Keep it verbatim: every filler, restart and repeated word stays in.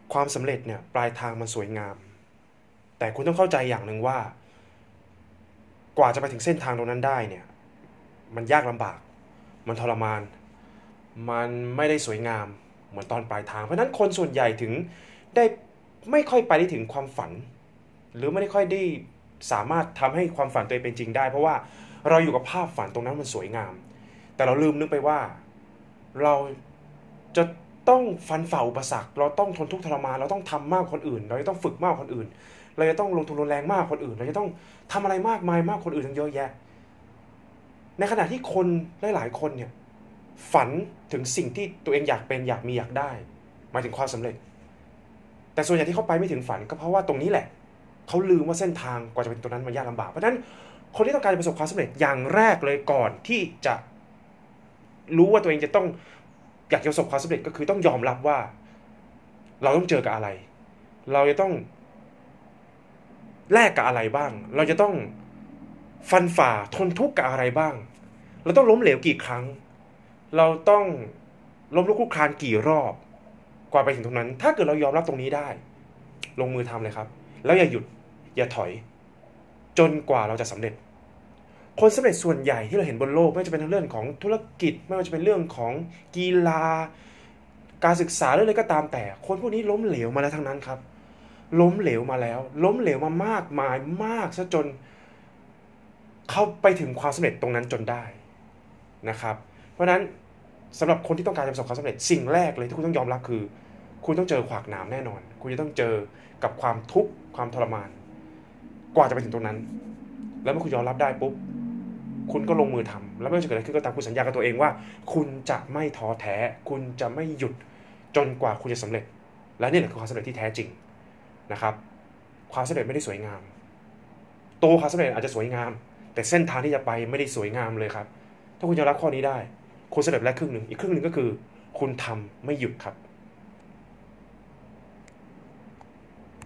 ความสำเร็จเนี่ยปลายทางมันสวยงามแต่คุณต้องเข้าใจอย่างหนึ่งว่ากว่าจะไปถึงเส้นทางตรงนั้นได้เนี่ยมันยากลำบากมันทรมานมันไม่ได้สวยงามเหมือนตอนปลายทางเพราะฉะนั้นคนส่วนใหญ่ถึงได้ไม่ค่อยไปได้ถึงความฝันหรือไม่ได้ค่อยได้สามารถทำให้ความฝันตัวเองเป็นจริงได้เพราะว่าเราอยู่กับภาพฝันตรงนั้นมันสวยงามแต่เราลืมนึกไปว่าเราจะต้องฟันฝ่าอุปสรรคเราต้องทนทุกข์ทรมานเราต้องทำมากกว่าคนอื่นเราจะต้องฝึกมากกว่าคนอื่นเราจะต้องลงทุนลงแรงมากกว่าคนอื่นเราจะต้องทำอะไรมากมายมากกว่าคนอื่นทั้งเยอะแยะในขณะที่คนหลายๆคนเนี่ยฝันถึงสิ่งที่ตัวเองอยากเป็นอยากมีอยากได้หมายถึงความสำเร็จแต่ส่วนใหญ่ที่เขาไปไม่ถึงฝันก็เพราะว่าตรงนี้แหละเขาลืมว่าเส้นทางกว่าจะเป็นตรงนั้นมันยากลำบากเพราะฉะนั้นคนที่ต้องการจะประสบความสำเร็จอย่างแรกเลยก่อนที่จะรู้ว่าตัวเองจะต้องอยากจะประสบความสำเร็จก็คือต้องยอมรับว่าเราต้องเจอกับอะไรเราจะต้องแลกกับอะไรบ้างเราจะต้องฟันฝ่าทนทุกข์กับอะไรบ้างเราต้องล้มเหลวกี่ครั้งเราต้องล้มลุกคลุกคลานกี่รอบกว่าไปถึงตรงนั้นถ้าเกิดเรายอมรับตรงนี้ได้ลงมือทำเลยครับแล้วอย่าหยุดอย่าถอยจนกว่าเราจะสำเร็จคนสำเร็จส่วนใหญ่ที่เราเห็นบนโลกไม่ว่าจะเป็นเรื่องของธุรกิจไม่ว่าจะเป็นเรื่องของกีฬาการศึกษาหรืออะไรก็ตามแต่คนพวกนี้ล้มเหลวมาแล้วทั้งนั้นครับล้มเหลวมาแล้วล้มเหลวมามากมายมากซะจนเขาไปถึงความสำเร็จตรงนั้นจนได้นะครับเพราะฉะนั้นสำหรับคนที่ต้องการจะประสบความสำเร็จสิ่งแรกเลยที่คุณต้องยอมรับคือคุณต้องเจอขวากหนามแน่นอนคุณจะต้องเจอกับความทุกข์ความทรมานกว่าจะไปถึงตรงนั้นแล้วเมื่อคุณยอมรับได้ปุ๊บคุณก็ลงมือทำแล้วไม่ว่าจะเกิดอะไรขึ้นก็ตามคุณสัญญากับตัวเองว่าคุณจะไม่ท้อแท้คุณจะไม่หยุดจนกว่าคุณจะสำเร็จและนี่แหละคือความสำเร็จที่แท้จริงนะครับความสำเร็จไม่ได้สวยงามตัวความสำเร็จอาจจะสวยงามแต่เส้นทางที่จะไปไม่ได้สวยงามเลยครับถ้าคุณยอมรับข้อนี้ได้คุณสำเร็จแล้วครึ่งหนึ่งอีกครึ่งหนึ่งก็คือคุณทำไม่หยุดครับ